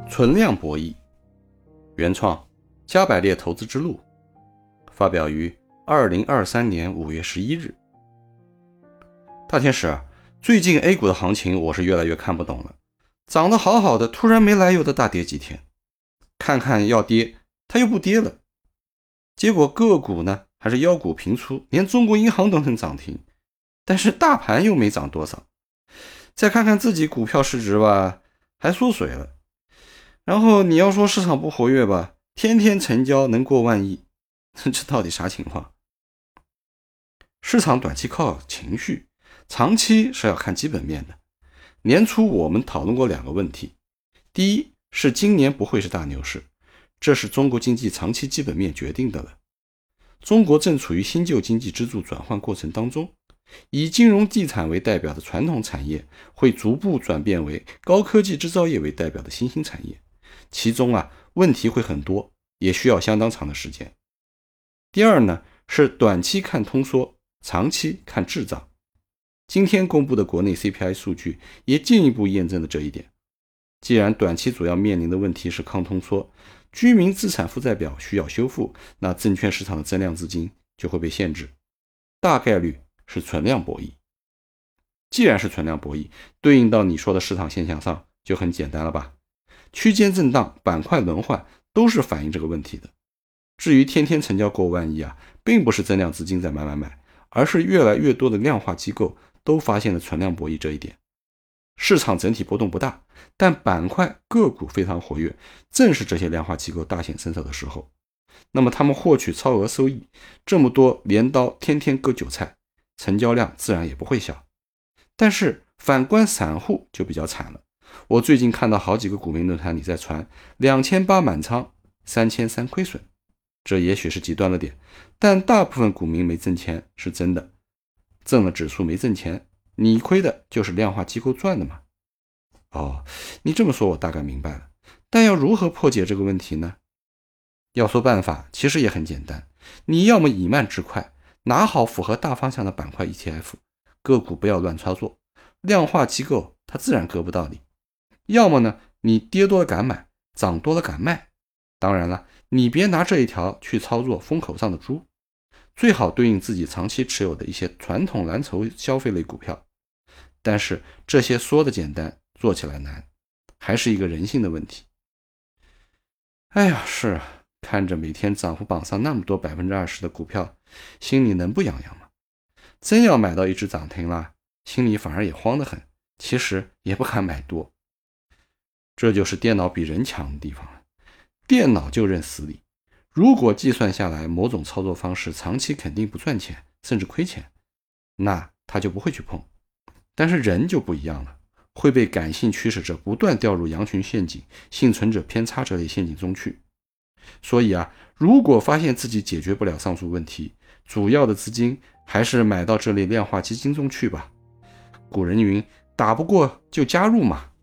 存量博弈，原创加百列投资之路，发表于2023年5月11日。大天使，最近 A 股的行情我是越来越看不懂了，涨得好好的，突然没来由的大跌几天，看看要跌它又不跌了，结果个股呢还是腰股频出，连中国银行都能涨停，但是大盘又没涨多少。再看看自己股票市值吧，还缩水了。然后你要说市场不活跃吧，天天成交能过万亿，这到底啥情况？市场短期靠情绪，长期是要看基本面的。年初我们讨论过2个问题，第一是今年不会是大牛市，这是中国经济长期基本面决定的了。中国正处于新旧经济支柱转换过程当中，以金融地产为代表的传统产业会逐步转变为高科技制造业为代表的新兴产业，其中问题会很多，也需要相当长的时间。第二呢，是短期看通缩，长期看滞涨。今天公布的国内 CPI 数据也进一步验证了这一点。既然短期主要面临的问题是抗通缩，居民资产负债表需要修复，那证券市场的增量资金就会被限制，大概率是存量博弈。既然是存量博弈，对应到你说的市场现象上就很简单了吧？区间震荡、板块轮换都是反映这个问题的。至于天天成交过万亿并不是增量资金在买，而是越来越多的量化机构都发现了存量博弈这一点。市场整体波动不大，但板块个股非常活跃，正是这些量化机构大显身手的时候。那么他们获取超额收益，这么多镰刀天天割韭菜，成交量自然也不会小。但是反观散户就比较惨了，我最近看到好几个股民论坛里在传2800满仓，3300亏损，这也许是极端了点，但大部分股民没挣钱是真的，挣了指数没挣钱，你亏的就是量化机构赚的嘛。你这么说我大概明白了，但要如何破解这个问题呢？要说办法其实也很简单，你要么以慢制快，拿好符合大方向的板块 ETF， 个股不要乱操作，量化机构它自然割不到你。要么呢，你跌多了敢买，涨多了敢卖。当然了，你别拿这一条去操作风口上的猪，最好对应自己长期持有的一些传统蓝筹消费类股票。但是这些说的简单，做起来难，还是一个人性的问题。是看着每天涨幅榜上那么多 20% 的股票，心里能不痒痒吗？真要买到一只涨停了，心里反而也慌得很，其实也不敢买多。这就是电脑比人强的地方了，电脑就认死理，如果计算下来某种操作方式长期肯定不赚钱，甚至亏钱，那他就不会去碰。但是人就不一样了，会被感性驱使者不断掉入羊群陷阱、幸存者偏差这类陷阱中去。所以如果发现自己解决不了上述问题，主要的资金还是买到这类量化基金中去吧。古人云，打不过就加入嘛。